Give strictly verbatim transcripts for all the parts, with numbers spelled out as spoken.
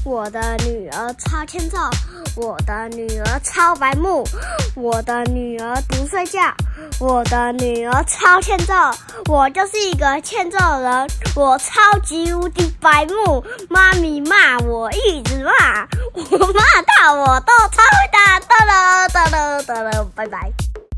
我的女儿超欠揍，我的女儿超白目，我的女儿不睡觉，我的女儿超欠揍，我就是一个欠揍人，我超级无敌白目，妈咪骂我一直骂，我骂到我都超会打，哒了哒了哒了，拜拜。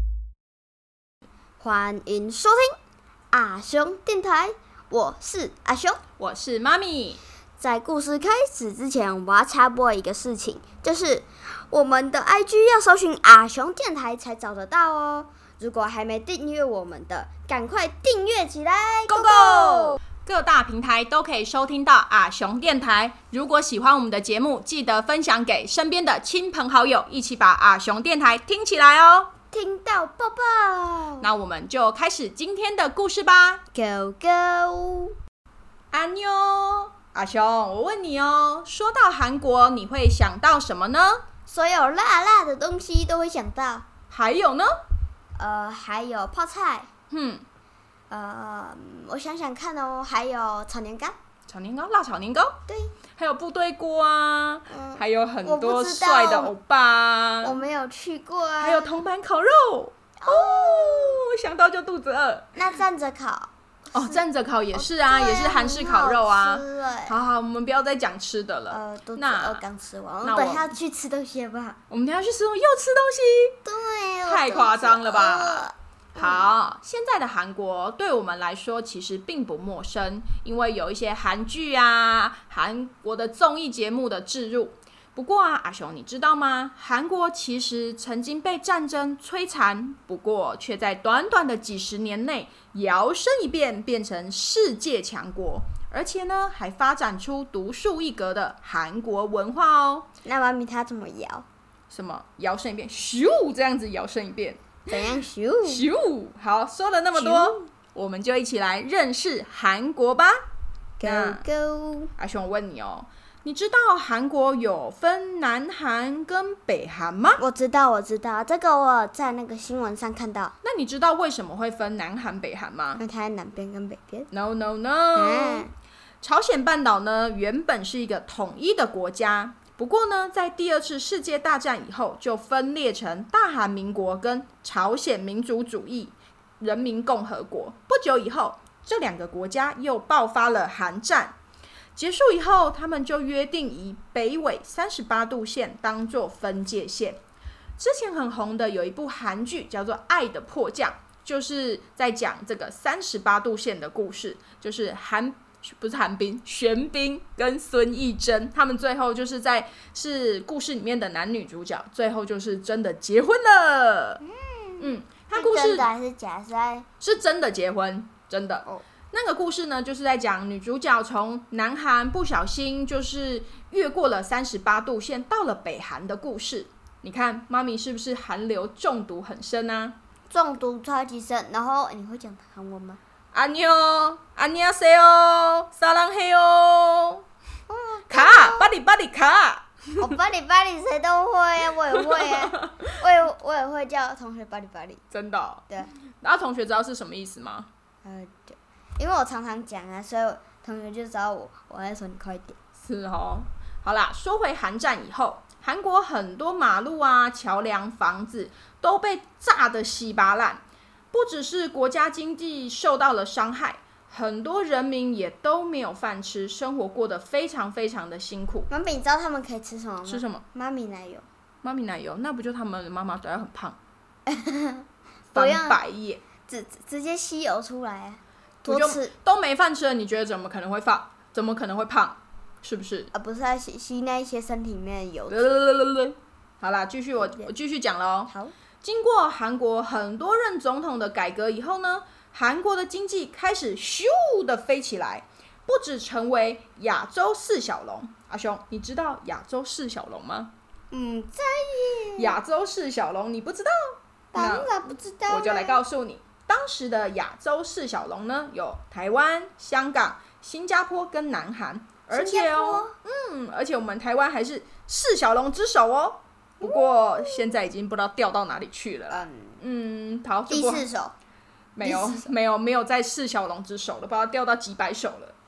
欢迎收听阿雄电台，我是阿雄， 我是妈咪。 在故事开始之前，我要插播一个事情，就是我们的 I G 要搜寻阿雄电台才找得到哦。如果还没订阅我们的，赶快订阅起来 ，Go Go！ 各大平台都可以收听到阿雄电台。如果喜欢我们的节目，记得分享给身边的亲朋好友，一起把阿雄电台听起来哦。 听到抱抱。 那我们就开始今天的故事吧。 Go Go！ 安妞，阿雄，我问你哦，说到韩国，你会想到什么呢？ 所有辣辣的东西都会想到。 还有呢？ 呃，还有泡菜。 嗯。 呃，我想想看哦，还有炒年糕。 炒年糕，辣炒年糕。 对。 还有部队锅啊，嗯、还有很多帅的欧巴、啊。 我没有去过啊。 还有铜板烤肉。哦，我想到就肚子饿。 那站着烤。 哦，站着烤也是啊， 哦、 也是韩式烤肉啊。 好好好，我们不要再讲吃的了。 呃，肚子饿刚吃完，我们等一下去吃东西吧。 我们等一下去吃，又吃东西。 对。 太夸张了吧？好，现在的韩国对我们来说其实并不陌生，因为有一些韩剧啊、韩国的综艺节目的置入。不过啊，阿雄，你知道吗？韩国其实曾经被战争摧残，不过却在短短的几十年内摇身一变，变成世界强国，而且呢，还发展出独树一格的韩国文化哦。 那妈咪她怎么摇？ 什么摇身一变？咻，这样子摇身一变。 怎样咻？ 咻！好，说了那么多，我们就一起来认识韩国吧。 Go Go！ 阿雄，我问你哦，你知道韩国有分南韩跟北韩吗？ 我知道，我知道，这个我在那个新闻上看到。 那你知道为什么会分南韩北韩吗？ 因为它在南边跟北边。 No No No！、嗯、朝鲜半岛呢，原本是一个统一的国家。不过呢，在第二次世界大战以后，就分裂成大韩民国跟朝鲜民主主义人民共和国。不久以后，这两个国家又爆发了韩战。结束以后，他们就约定以北纬三十八度线当作分界线。之前很红的有一部韩剧叫做《爱的迫降》，就是在讲这个三十八度线的故事，就是韩。不是韩冰，玄彬跟孙艺珍，他们最后就是在是故事里面的男女主角，最后就是真的结婚了。嗯嗯，他故事是真的还是假的？ 是真的结婚，真的。哦，那个故事呢，就是在讲女主角从南韩不小心就是越过了三十八度线，到了北韩的故事。你看，妈咪是不是韩流中毒很深啊？ 中毒超级深。然后你会讲韩文吗？ 安妞，安妞塞哦，撒浪嘿哦，卡，巴里巴里卡。 我巴里巴里谁都会啊，我也会啊，我也我也会叫同学巴里巴里。 真的、哦？ 对。 然后同学知道是什么意思吗？ 呃，对，因为我常常讲啊，所以同学就知道我我在说你快点。 是哦。好啦，说回韩战以后，韩国很多马路啊、桥梁、房子都被炸得稀巴烂。不只是国家经济受到了伤害，很多人民也都没有饭吃，生活过得非常非常的辛苦。 妈咪，你知道他们可以吃什么吗？ 吃什么？ 妈咪奶油。 妈咪奶油，那不就他们的妈妈都要很胖？翻白眼， 直直接吸油出来啊！ 多吃都没饭吃了，你觉得怎么可能会胖？怎么可能会胖？是不是？ 啊，不是在吸吸那一些身体里面的油。 好啦，继续我我继续讲喽。 好。 经过韩国很多任总统的改革以后呢，韩国的经济开始咻的飞起来，不止成为亚洲四小龙。阿雄，你知道亚洲四小龙吗？ 嗯，在耶。 亚洲四小龙你不知道？ 当然不知道。 我就来告诉你，当时的亚洲四小龙呢，有台湾、香港、新加坡跟南韩，而且哦，嗯，而且我们台湾还是四小龙之首哦。不过现在已经不知道掉到哪里去了。嗯，嗯，好， 第四首没有没有没有在四小龙之首了，不知道掉到几百首了。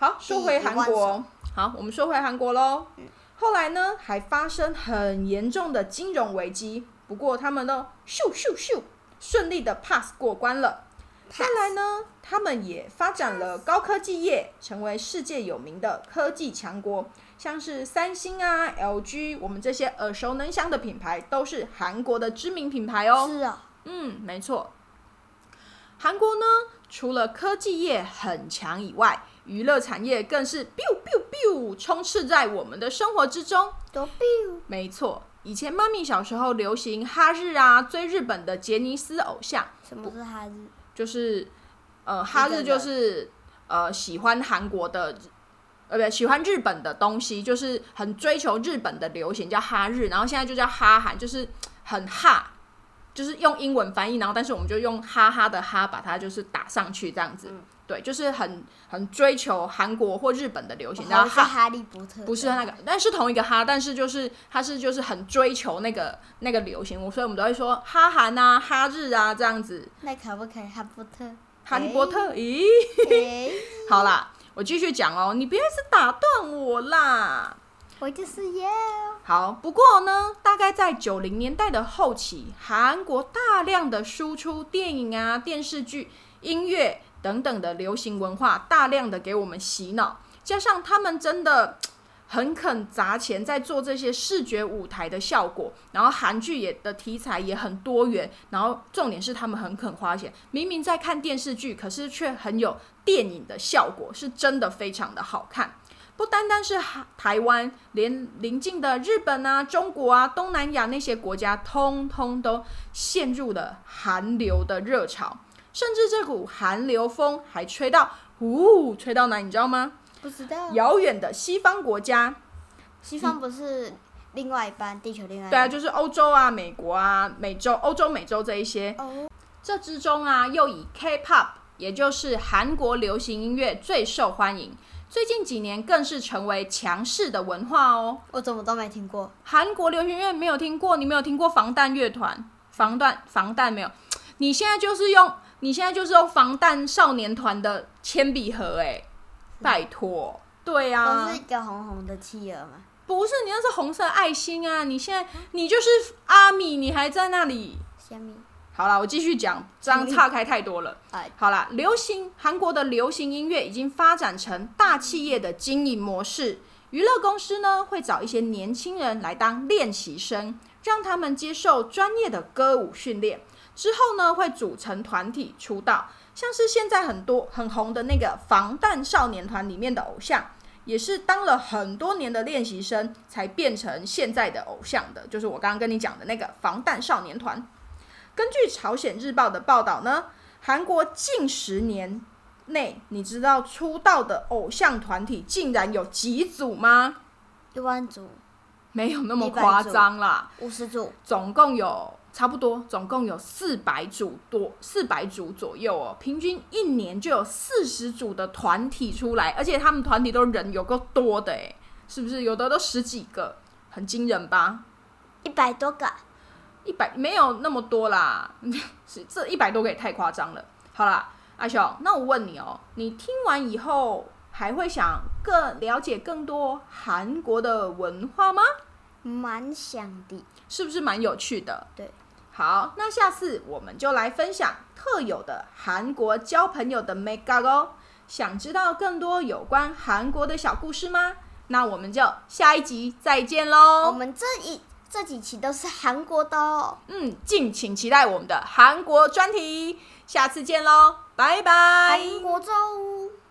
好，说回韩国。好，我们说回韩国喽。嗯、后来呢，还发生很严重的金融危机，不过他们都咻咻咻顺利的 pass 过关了。再来呢，他们也发展了高科技业，成为世界有名的科技强国，像是三星啊、L G， 我们这些耳熟能详的品牌都是韩国的知名品牌哦。 是啊， 嗯，没错。韩国呢，除了科技业很强以外，娱乐产业更是 biu biu biu 充斥在我们的生活之中。 都 biu。 没错，以前妈咪小时候流行哈日啊，追日本的杰尼斯偶像。 什么是哈日？ 就是呃，哈日就是呃喜欢韩国的，呃不喜欢日本的东西，就是很追求日本的流行，叫哈日。然后现在就叫哈韩，就是很哈。就是用英文翻译，然后但是我们就用哈哈的哈把它就是打上去这样子，嗯、对，就是很很追求韩国或日本的流行， 然后哈哈利波特， 不是那个，但是同一个哈，但是就是它是就是很追求那个那个流行，所以我们都会说哈韩啊、哈日啊这样子。 那可不可以哈波特？ 哈利波特？咦、 欸， 好啦，我继续讲哦，你别一直打断我啦。 我就是耶。 好，不过呢，大概在九零年代的后期，韩国大量的输出电影啊、电视剧、音乐等等的流行文化，大量的给我们洗脑，加上他们真的很肯砸钱在做这些视觉舞台的效果，然后韩剧也的题材也很多元，然后重点是他们很肯花钱，明明在看电视剧，可是却很有电影的效果，是真的非常的好看。不单单是台湾，连邻近的日本啊、中国啊、东南亚那些国家，通通都陷入了韩流的热潮，甚至这股韩流风还吹到，呜，吹到哪你知道吗？ 不知道。 遥远的西方国家。 西方不是另外一半，地球另外一半。 对啊，就是欧洲啊、美国啊、美洲、欧洲、美洲这一些。 哦。 这之中啊，又以 K-pop， 也就是韩国流行音乐最受欢迎。最近几年更是成为强势的文化哦。 我怎么都没听过韩国流行乐，没有听过？你没有听过防弹乐团？防弹防弹没有？你现在就是用你现在就是用防弹少年团的铅笔盒哎、欸，拜托。对啊。 不是一个红红的企鹅吗？ 不是，你那是红色爱心啊！你现在你就是阿米，你还在那里？ 虾米？ 好啦，我继续讲，这样岔开太多了。好啦，流行韩国的流行音乐已经发展成大企业的经营模式，娱乐公司呢会找一些年轻人来当练习生，让他们接受专业的歌舞训练，之后呢会组成团体出道，像是现在很多很红的那个防弹少年团里面的偶像，也是当了很多年的练习生才变成现在的偶像的，就是我刚刚跟你讲的那个防弹少年团。根据朝鲜日报的报道呢，韩国近十年内，你知道出道的偶像团体竟然有几组吗？ 一万组， 没有那么夸张啦， 五十组， 总共有差不多，总共有四百组多，四百组左右哦，平均一年就有四十组的团体出来，而且他们团体都人有够多的哎，是不是？有的都十几个，很惊人吧？ 一百多个。 一百没有那么多啦，这一百多个也太夸张了。好啦，阿雄，那我问你哦，你听完以后还会想更了解更多韩国的文化吗？ 蛮想的， 是不是蛮有趣的？ 对。 好，那下次我们就来分享特有的韩国交朋友的 make-up 哦。想知道更多有关韩国的小故事吗？那我们就下一集再见咯。 我们这一这几期都是韩国的哦。 嗯，敬请期待我们的韩国专题，下次见咯，拜拜。 韩国周。